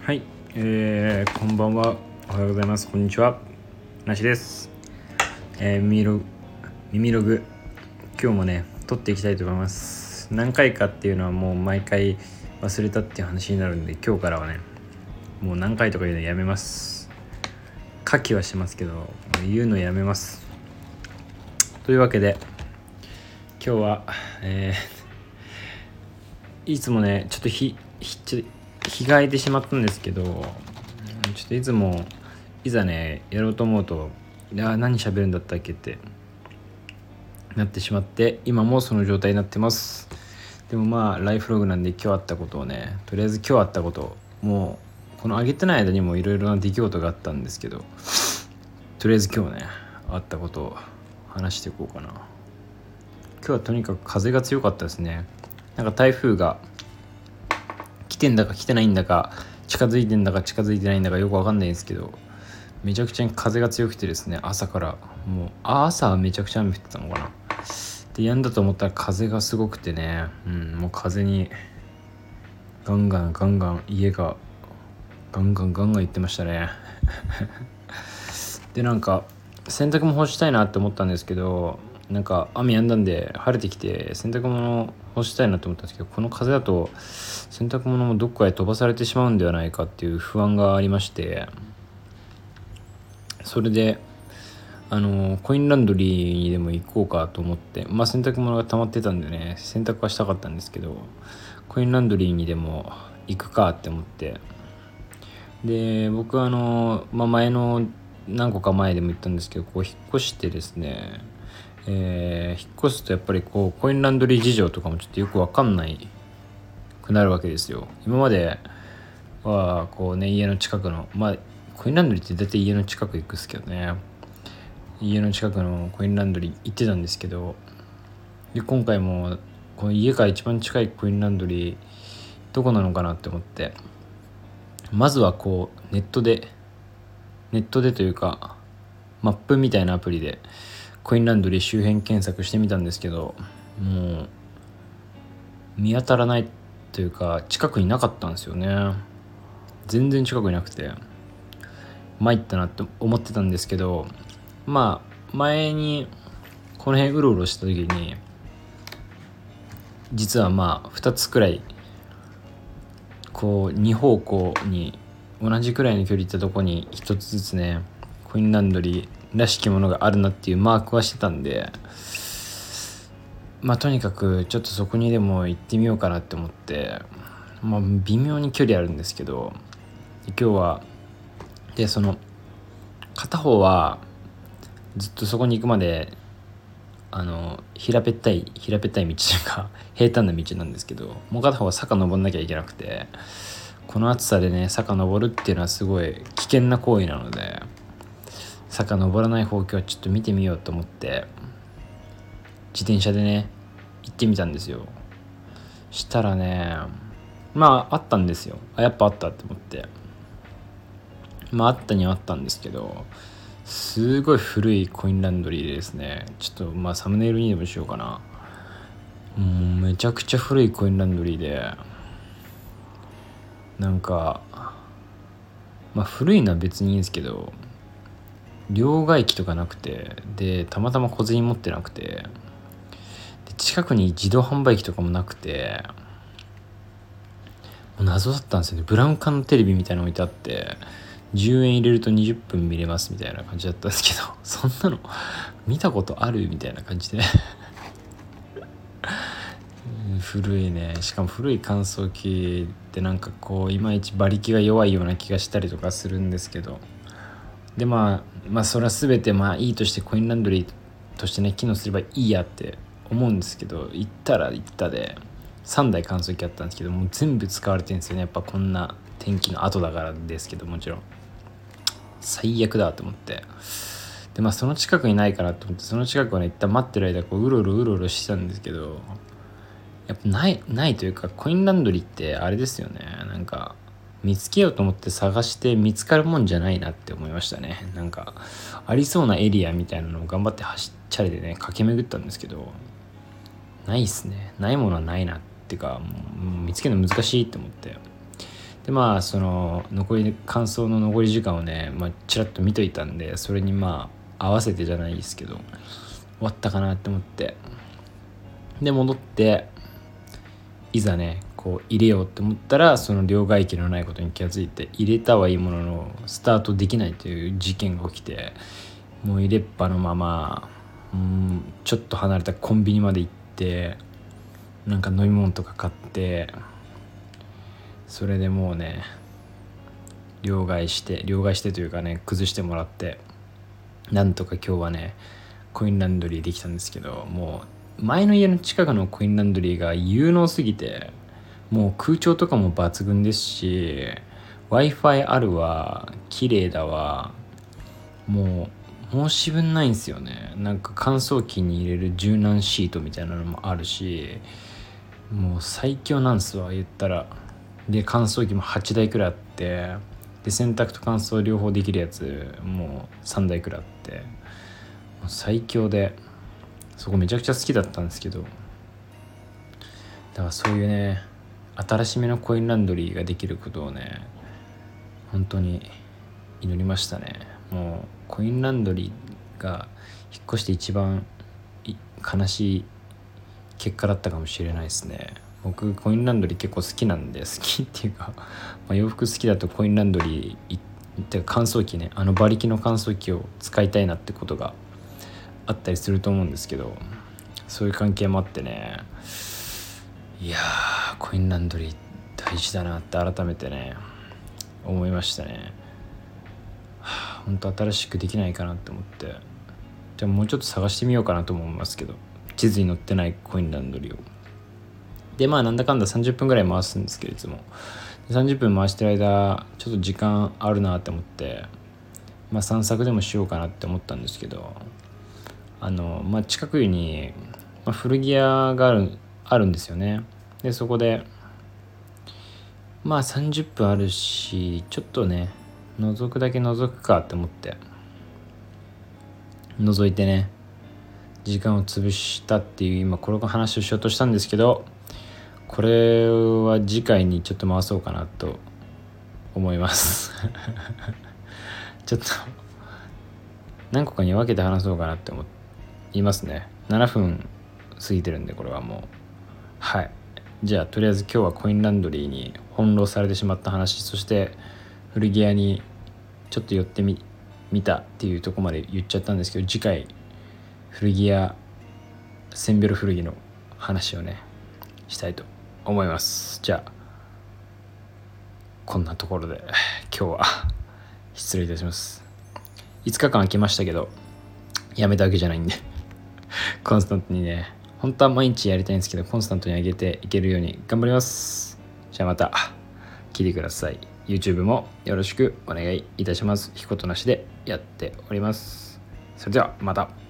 はい、こんばんは。おはようございます。こんにちは。なしです。耳ログ、今日もね撮っていきたいと思います。何回かっていうのはもう毎回忘れたっていう話になるんで、今日からはねもう何回とか言うのやめます。書きはしますけど言うのやめます。というわけで今日は、いつもねちょっと日が空いてしまったんですけど、ちょっといつもいざねやろうと思うと何喋るんだったっけってなってしまって、今もその状態になってます。でもまあライフログなんで今日あったことをね、とりあえず今日あったこと、もうこの上げてない間にもいろいろな出来事があったんですけど、とりあえず今日ねあったことを話していこうかな。今日はとにかく風が強かったですね。なんか台風が来てんだか来てないんだか、近づいてんだか近づいてないんだかよくわかんないんですけど、めちゃくちゃ風が強くてですね、朝からもう朝はめちゃくちゃ雨降ってたのかな。で止んだと思ったら風がすごくてね、もう風にガンガン家がガンガン行ってましたねでなんか洗濯も干したいなって思ったんですけど、なんか雨止んだんで晴れてきて洗濯物干したいなと思ったんですけど、この風だと洗濯物もどっかへ飛ばされてしまうんではないかっていう不安がありまして、それでコインランドリーにでも行こうかと思って、洗濯物が溜まってたんでね、洗濯はしたかったんですけど、コインランドリーにでも行くかって思って、で僕は前の何個か前でも言ったんですけど、こう引っ越してですね、引っ越すとやっぱりこうコインランドリー事情とかもちょっとよく分かんないくなるわけですよ。今まではこうね、家の近くのコインランドリーって大体家の近く行くっすけどね、家の近くのコインランドリー行ってたんですけど、で今回もこの家から一番近いコインランドリーどこなのかなって思って、まずはこうネットでというかマップみたいなアプリでコインランドリー周辺検索してみたんですけど、もう見当たらないというか近くになかったんですよね。全然近くになくて参ったなって思ってたんですけど、前にこの辺うろうろした時に、実は2つくらいこう2方向に同じくらいの距離行ったとこに1つずつねコインランドリーらしきものがあるなっていうマークはしてたんで、とにかくちょっとそこにでも行ってみようかなって思って、微妙に距離あるんですけど、今日はでその片方はずっとそこに行くまで平べったい道というか平坦な道なんですけど、もう片方は坂登んなきゃいけなくて、この暑さでね坂登るっていうのはすごい危険な行為なので、坂登らない方向はちょっと見てみようと思って自転車でね行ってみたんですよ。したらねあったんですよ。やっぱあったって思って、あったにはあったんですけど、すごい古いコインランドリーでですね、ちょっとサムネイルにでもしようかな。もうめちゃくちゃ古いコインランドリーで、なんか古いのは別にいいんですけど、両替機とかなくて、でたまたま小銭持ってなくて、で近くに自動販売機とかもなくて、もう謎だったんですよね。ブラウン管のテレビみたいなの置いてあって、10円入れると20分見れますみたいな感じだったんですけど、そんなの見たことあるみたいな感じで古いね。しかも古い乾燥機ってなんかこういまいち馬力が弱いような気がしたりとかするんですけど、でそれは全ていいとして、コインランドリーとしてね機能すればいいやって思うんですけど、行ったら行ったで3台乾燥機あったんですけど、もう全部使われてるんですよね。やっぱこんな天気の後だからですけど、もちろん最悪だと思って、でその近くにないかなと思って、その近くをね一旦待ってる間こううろうろしてたんですけど、やっぱないというか、コインランドリーってあれですよね、なんか見つけようと思って探して見つかるもんじゃないなって思いましたね。なんかありそうなエリアみたいなのを頑張ってチャリでね駆け巡ったんですけど、ないっすね。ないものはないなっていうか、もう見つけるの難しいって思って、 でまあその乾燥の残り時間をね、ちらっと見といたんで、それに合わせてじゃないですけど終わったかなって思って、で戻っていざねこう入れようって思ったら、その両替機のないことに気がついて、入れたはいいもののスタートできないという事件が起きて、もう入れっぱのままちょっと離れたコンビニまで行って、なんか飲み物とか買って、それでもうね両替してというかね、崩してもらって、なんとか今日はねコインランドリーできたんですけど、もう前の家の近くのコインランドリーが有能すぎて、もう空調とかも抜群ですし Wi-Fi あるわ、綺麗だわ、もう申し分ないんですよね。なんか乾燥機に入れる柔軟シートみたいなのもあるし、もう最強なんすわ言ったら。で乾燥機も8台くらいあって、で洗濯と乾燥両方できるやつもう3台くらいあって、もう最強で、そこめちゃくちゃ好きだったんですけど、だからそういうね新しめのコインランドリーができることをね本当に祈りましたね。もうコインランドリーが引っ越して一番悲しい結果だったかもしれないですね。僕コインランドリー結構好きなんで、好きっていうか、洋服好きだとコインランドリーって乾燥機ね、馬力の乾燥機を使いたいなってことがあったりすると思うんですけど、そういう関係もあってね、いやーコインランドリー大事だなって改めてね思いましたね。本当新しくできないかなって思って、じゃあもうちょっと探してみようかなと思いますけど、地図に載ってないコインランドリーを。でなんだかんだ30分ぐらい回すんですけど、いつも30分回してる間ちょっと時間あるなって思って、散策でもしようかなって思ったんですけど、近くに、古着屋があるんですよね。でそこで30分あるし、ちょっとね覗くかって思って覗いてね時間を潰したっていう、今この話をしようとしたんですけど、これは次回にちょっと回そうかなと思いますちょっと何個かに分けて話そうかなって思いますね。7分過ぎてるんでこれはもうはい。じゃあとりあえず今日はコインランドリーに翻弄されてしまった話、そして古着屋にちょっと寄ってみたっていうところまで言っちゃったんですけど、次回古着屋センベロ古着の話をねしたいと思います。じゃあこんなところで今日は失礼いたします。5日間空きましたけどやめたわけじゃないんでコンスタントにね、本当は毎日やりたいんですけどコンスタントに上げていけるように頑張ります。じゃあまた聞いてください。 YouTube もよろしくお願いいたします。ひことなしでやっております。それではまた。